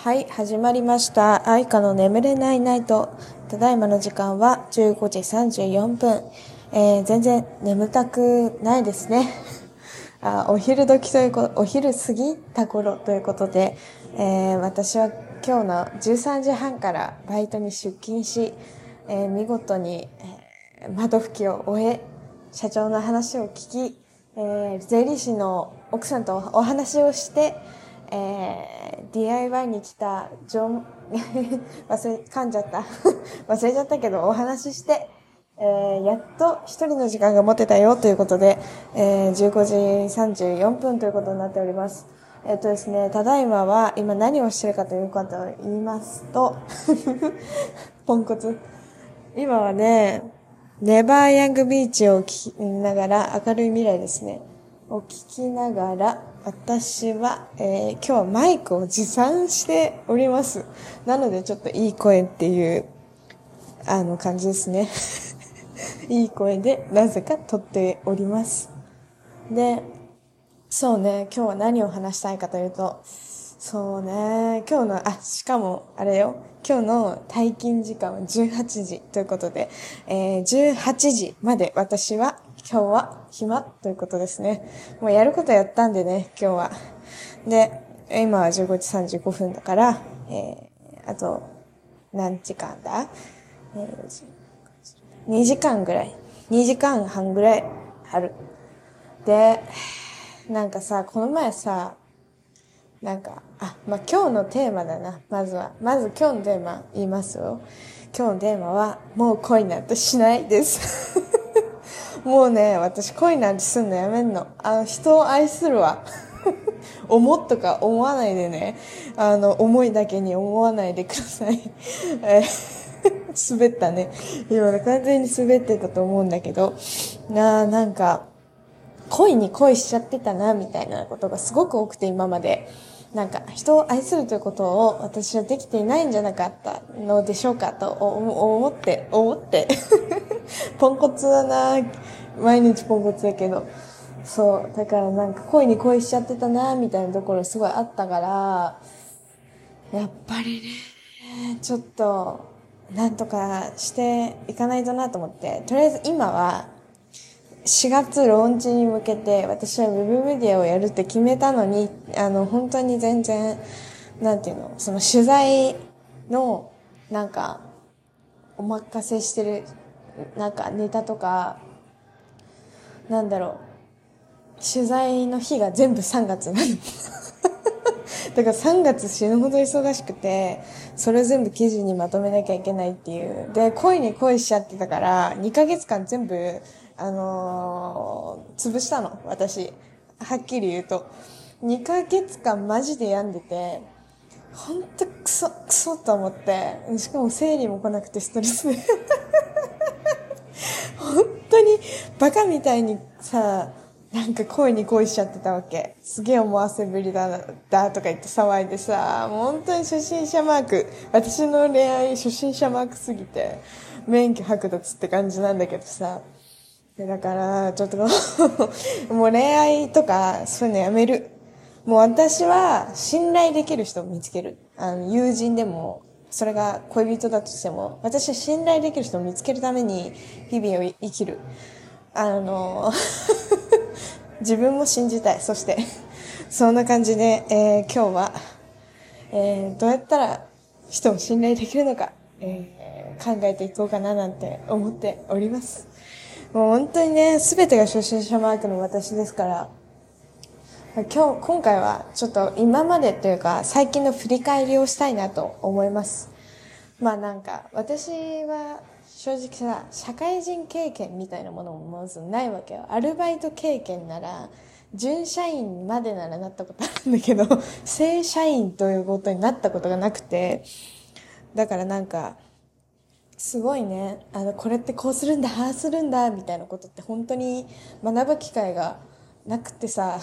はい、始まりました。愛花の眠れないナイト。ただいまの時間は15時34分。全然眠たくないですね。お昼時ということ、お昼過ぎた頃ということで、私は今日の13時半からバイトに出勤し、見事に、窓拭きを終え、社長の話を聞き、税理士の奥さんとお話をして、DIY に来た噛んじゃった忘れちゃったけどお話しして、やっと一人の時間が持てたよということで、15時34分ということになっております。ですね、ただいまは今何をしてるかということを言いますとポンコツ。今はね、ネバーヤングビーチを聞きながら、明るい未来ですね。を聞きながら、私は、今日はマイクを持参しております。なのでちょっといい声っていう、感じですね。いい声でなぜか撮っております。で、そうね、今日は何を話したいかというと、そうね、今日の、しかも、あれよ、今日の退勤時間は18時ということで、18時まで私は今日は暇ということですね。もうやることやったんでね、今日は。で、今は15時35分だから、あと、何時間だ、2時間ぐらい。2時間半ぐらいある。で、なんかさ、この前さ、なんか、今日のテーマだな。まず今日のテーマ言いますよ。今日のテーマは、もう恋なんてしないです。もうね、私恋なんてすんのやめんの。人を愛するわ。思っとか思わないでね。思いだけに思わないでください。滑ったね。今ね、完全に滑ってたと思うんだけど。なんか、恋に恋しちゃってたな、みたいなことがすごく多くて今まで。なんか、人を愛するということを私はできていないんじゃなかったのでしょうかと思って。ポンコツだな、毎日ポンコツだけど。そう。だからなんか恋に恋しちゃってたな、みたいなところすごいあったから、やっぱりね、ちょっと、なんとかしていかないとなと思って、とりあえず今は、4月ローンチに向けて私はウェブメディアをやるって決めたのに、本当に全然、なんていうの、その取材の、なんか、お任せしてる、なんかネタとか、なんだろう、取材の日が全部3月なの。だから3月死ぬほど忙しくて、それを全部記事にまとめなきゃいけないっていう。で、恋に恋しちゃってたから、2ヶ月間全部、潰したの、私。はっきり言うと。2ヶ月間マジで病んでて、ほんとクソと思って、しかも生理も来なくてストレスで。本当にバカみたいにさ、なんか恋に恋しちゃってたわけ。すげえ思わせぶりだとか言って騒いでさ、もう本当に初心者マーク。私の恋愛初心者マークすぎて、免許剥奪って感じなんだけどさ。だから、ちょっともう恋愛とかそういうのやめる。もう私は信頼できる人を見つける。友人でも、それが恋人だとしても、私は信頼できる人を見つけるために日々を生きる。自分も信じたい。そして、そんな感じで、今日は、どうやったら人を信頼できるのか、考えていこうかななんて思っております。もう本当にね、すべてが初心者マークの私ですから、今回はちょっと今までというか最近の振り返りをしたいなと思います。なんか私は正直さ、社会人経験みたいなものもまずないわけよ。アルバイト経験なら、準社員までならなったことあるんだけど、正社員ということになったことがなくて、だからなんか、すごいね、これってこうするんだ、ああするんだ、みたいなことって本当に学ぶ機会がなくてさ、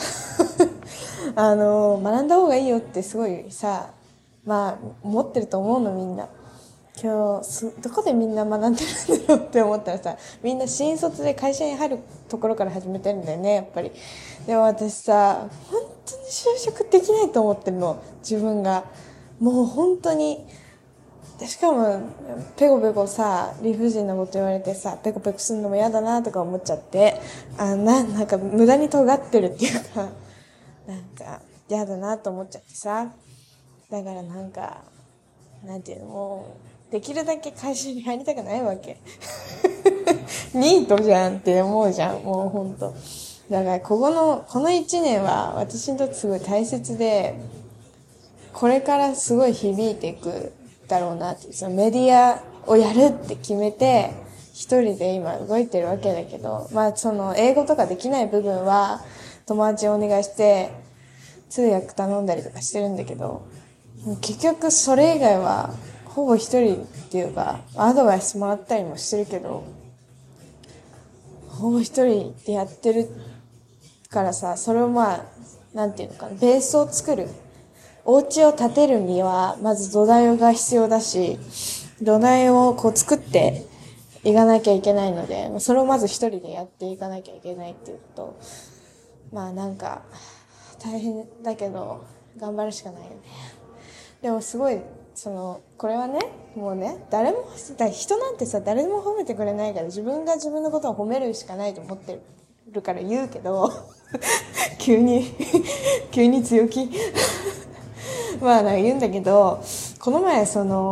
学んだ方がいいよってすごいさ、思ってると思うのみんな。今日、どこでみんな学んでるんだろうって思ったらさ、みんな新卒で会社に入るところから始めてるんだよね、やっぱり。でも私さ、本当に就職できないと思ってるの、自分が。 もう本当に、でしかもペコペコさ理不尽なこと言われてさペコペコするのも嫌だなとか思っちゃって、なんか無駄に尖ってるっていうか、なんか嫌だなと思っちゃってさ、だからなんかなんていうの、もうできるだけ会社に入りたくないわけニートじゃんって思うじゃん、もうほんと。だからこの1年は私にとってすごい大切で、これからすごい響いていくだろうなって、そのメディアをやるって決めて一人で今動いてるわけだけど、まあその英語とかできない部分は友達にお願いして通訳頼んだりとかしてるんだけど、結局それ以外はほぼ一人っていうかアドバイスもらったりもしてるけど、ほぼ一人でやってるからさ、それをまあなんていうのかな、ベースを作る、お家を建てるにはまず土台が必要だし、土台をこう作っていかなきゃいけないので、それをまず一人でやっていかなきゃいけないっていうと、まあなんか大変だけど頑張るしかないよね。でもすごいこれはね、もうね、人なんてさ誰も褒めてくれないから、自分が自分のことを褒めるしかないと思ってるから言うけど急に強気まあなんか言うんだけど、この前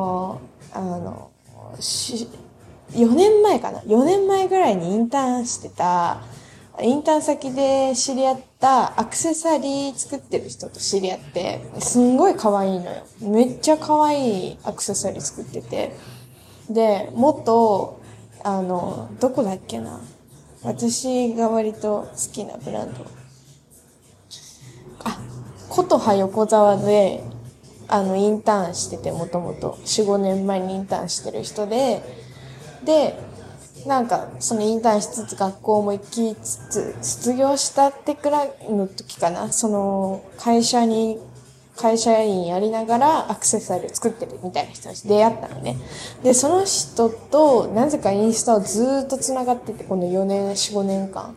4年前かな、4年前ぐらいにインターン先で知り合ったアクセサリー作ってる人と知り合って、すんごい可愛いのよ。めっちゃ可愛いアクセサリー作ってて、でもっとどこだっけな、私が割と好きなブランド、琴葉横澤でインターンしてて、もともと 4,5 年前にインターンしてる人で、なんかそのインターンしつつ学校も行きつつ、卒業したってくらいの時かな、その会社員やりながらアクセサリーを作ってるみたいな人に出会ったのね。でその人となぜかインスタをずっとつながってて、この4年 4,5 年間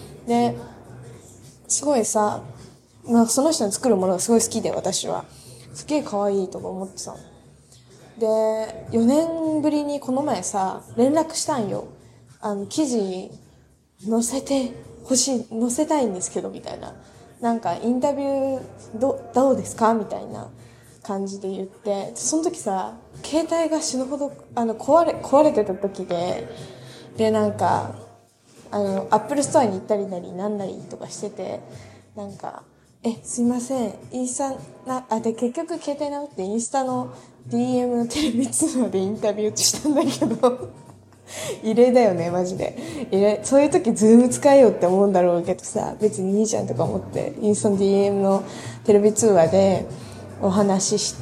ですごいさ、その人の作るものがすごい好きで、私はすげえ可愛いとか思ってさ、で4年ぶりにこの前さ連絡したんよ。記事載せたいんですけどみたいな、なんかインタビューどうですかみたいな感じで言って、その時さ携帯が死ぬほど壊れてた時でなんかアップルストアに行ったりなんなりとかしてて、なんかすいません、インスタで結局携帯直ってインスタの DM のテレビ通話でインタビューしたんだけど異例だよねマジで。そういう時ズーム使えよって思うんだろうけどさ、別にいいじゃんとか思ってインスタの DM のテレビ通話でお話しして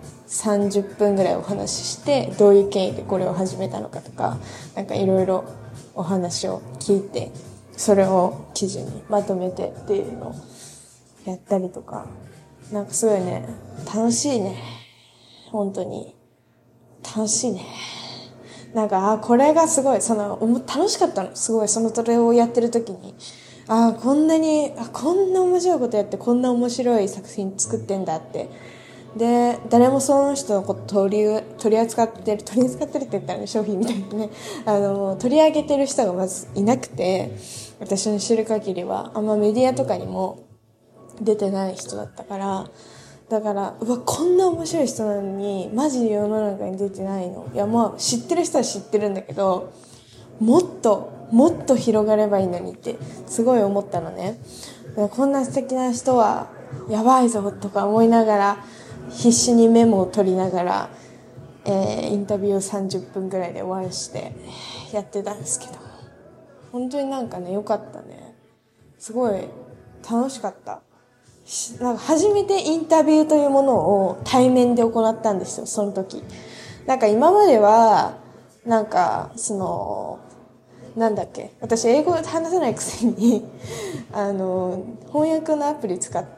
、30分ぐらいお話しして、どういう経緯でこれを始めたのかとか、なんかいろいろお話を聞いて、それを記事にまとめてっていうのをやったりとか、なんかすごいね、楽しいね。本当に楽しいね。なんかこれがすごい楽しかったの、すごいそれをやってる時に、こんな面白いことやってこんな面白い作品作ってんだって。で誰もその人のこと取り扱ってるって言ったらね、商品みたいにね、取り上げてる人がまずいなくて、私の知る限りはあんまメディアとかにも出てない人だったから、だからこんな面白い人なのにマジで世の中に出てないの。いやまあ知ってる人は知ってるんだけど、もっと広がればいいのにってすごい思ったのね。こんな素敵な人はやばいぞとか思いながら、必死にメモを取りながら、インタビューを30分ぐらいで終わらしてやってたんですけど、本当になんかね、良かったね。すごい楽しかった。なんか初めてインタビューというものを対面で行ったんですよ、その時。なんか今まではなんかなんだっけ、私英語話せないくせに翻訳のアプリ使って、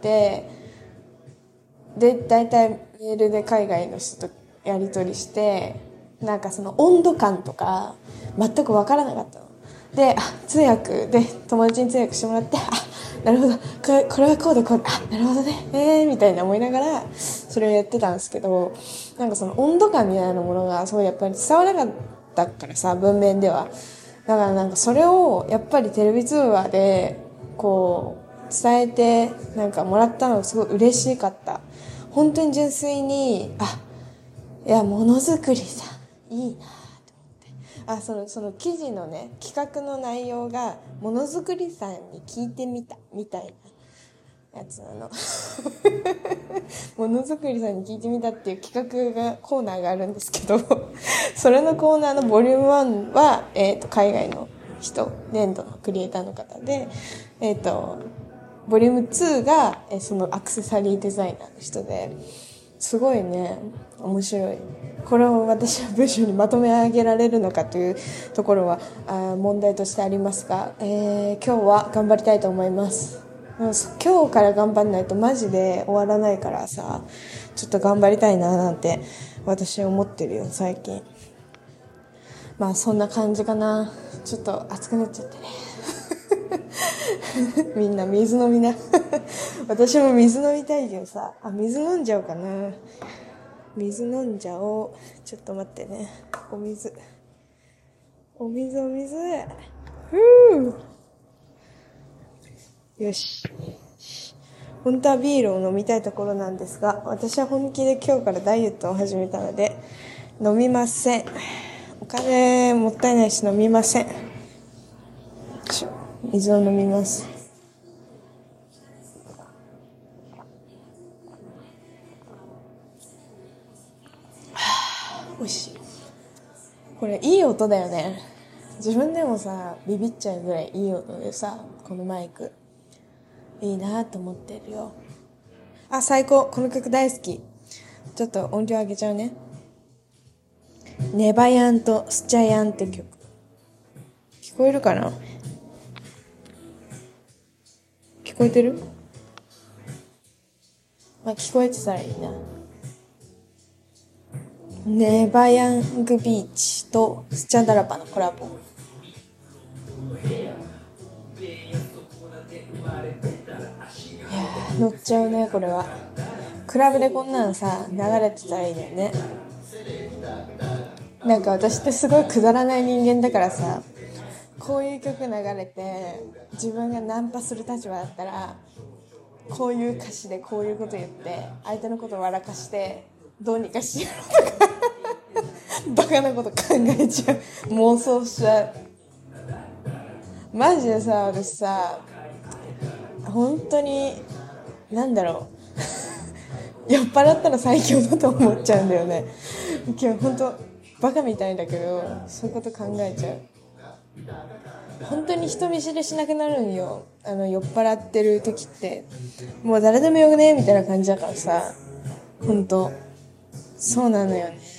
で大体メールで海外の人とやり取りして、なんか温度感とか全く分からなかったので、通訳で友達に通訳してもらって、 なるほど、これはこうでこうで、なるほどね、みたいな思いながらそれをやってたんですけど、なんかその温度感みたいなものがすごいやっぱり伝わらなかったからさ、文面では。だからなんかそれをやっぱりテレビ通話でこう伝えてなんかもらったのがすごい嬉しかった。本当に純粋に、いや、ものづくりさんいいなと思って。その記事のね、企画の内容がものづくりさんに聞いてみたみたいなやつなのものづくりさんに聞いてみたっていう企画がコーナーがあるんですけどそれのコーナーのボリューム1は、海外の人、粘土のクリエイターの方で、ボリューム2が、そのアクセサリーデザイナーの人で、すごいね、面白い。これを私は文章にまとめ上げられるのかというところは問題としてありますが、今日は頑張りたいと思います。今日から頑張んないとマジで終わらないからさ、ちょっと頑張りたいななんて私は思ってるよ最近。まあそんな感じかな。ちょっと暑くなっちゃってねみんな水飲みな私も水飲みたいけどさ、水飲んじゃおうかな。水飲んじゃおう。ちょっと待ってね。お水ふう。よし。本当はビールを飲みたいところなんですが、私は本気で今日からダイエットを始めたので飲みません。お金もったいないし飲みません。水を飲みます。おいしい。これいい音だよね。自分でもさビビっちゃうぐらいいい音でさ、このマイクいいなと思ってるよ。最高。この曲大好き。ちょっと音量上げちゃうね。ネバヤンとスチャヤンって曲、聞こえるかな。聞こえてる？聞こえてたらいいな。ネバヤングビーチとスチャダラパのコラボ。乗っちゃうね。これはクラブでこんなのさ流れてたらいいんだよね。なんか私ってすごいくだらない人間だからさ、こういう曲流れて自分がナンパする立場だったら、こういう歌詞でこういうこと言って相手のことを笑かしてどうにかしようとかバカなこと考えちゃう、妄想しちゃう。マジでさ、私さ本当になんだろう酔っ払ったら最強だと思っちゃうんだよね。今日本当バカみたいだけどそういうこと考えちゃう。本当に人見知りしなくなるんよ。酔っ払ってる時ってもう誰でもよくねみたいな感じだからさ、本当そうなのよね。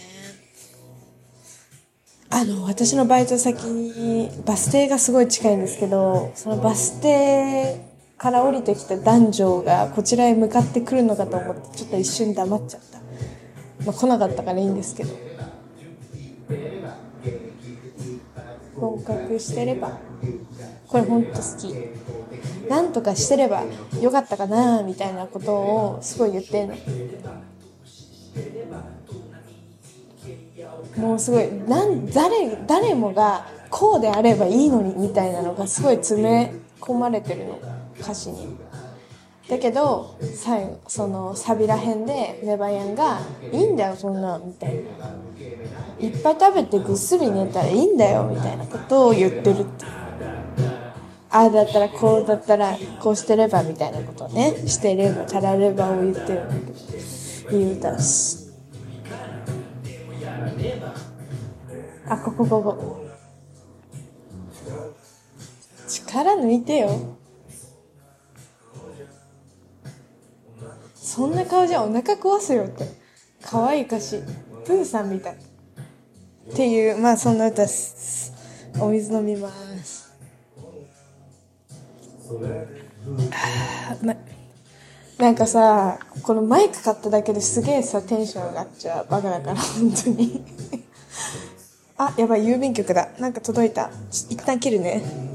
私のバイト先にバス停がすごい近いんですけど、そのバス停から降りてきた男女がこちらへ向かってくるのかと思ってちょっと一瞬黙っちゃった。来なかったからいいんですけど、合格してれば、これほんと好き。なんとかしてればよかったかなみたいなことをすごい言ってんの。もうすごい誰もがこうであればいいのにみたいなのがすごい詰め込まれてるの、歌詞に。だけど最後そのサビらへんでネバヤンがいいんだよそんなみたいな、いっぱい食べてぐっすり寝たらいいんだよみたいなことを言ってるって。ああだったらこうだったらこうしてればみたいなことをね、してればたらればを言ってるんだけど、いい歌です。ここ力抜いてよ。そんな顔じゃお腹壊すよって。可愛い歌詞、プーさんみたいっていう、そんな歌です。お水飲みます。なんかさ、このマイク買っただけですげえさテンション上がっちゃう。バカだから本当にやばい、郵便局だ。なんか届いた。一旦切るね。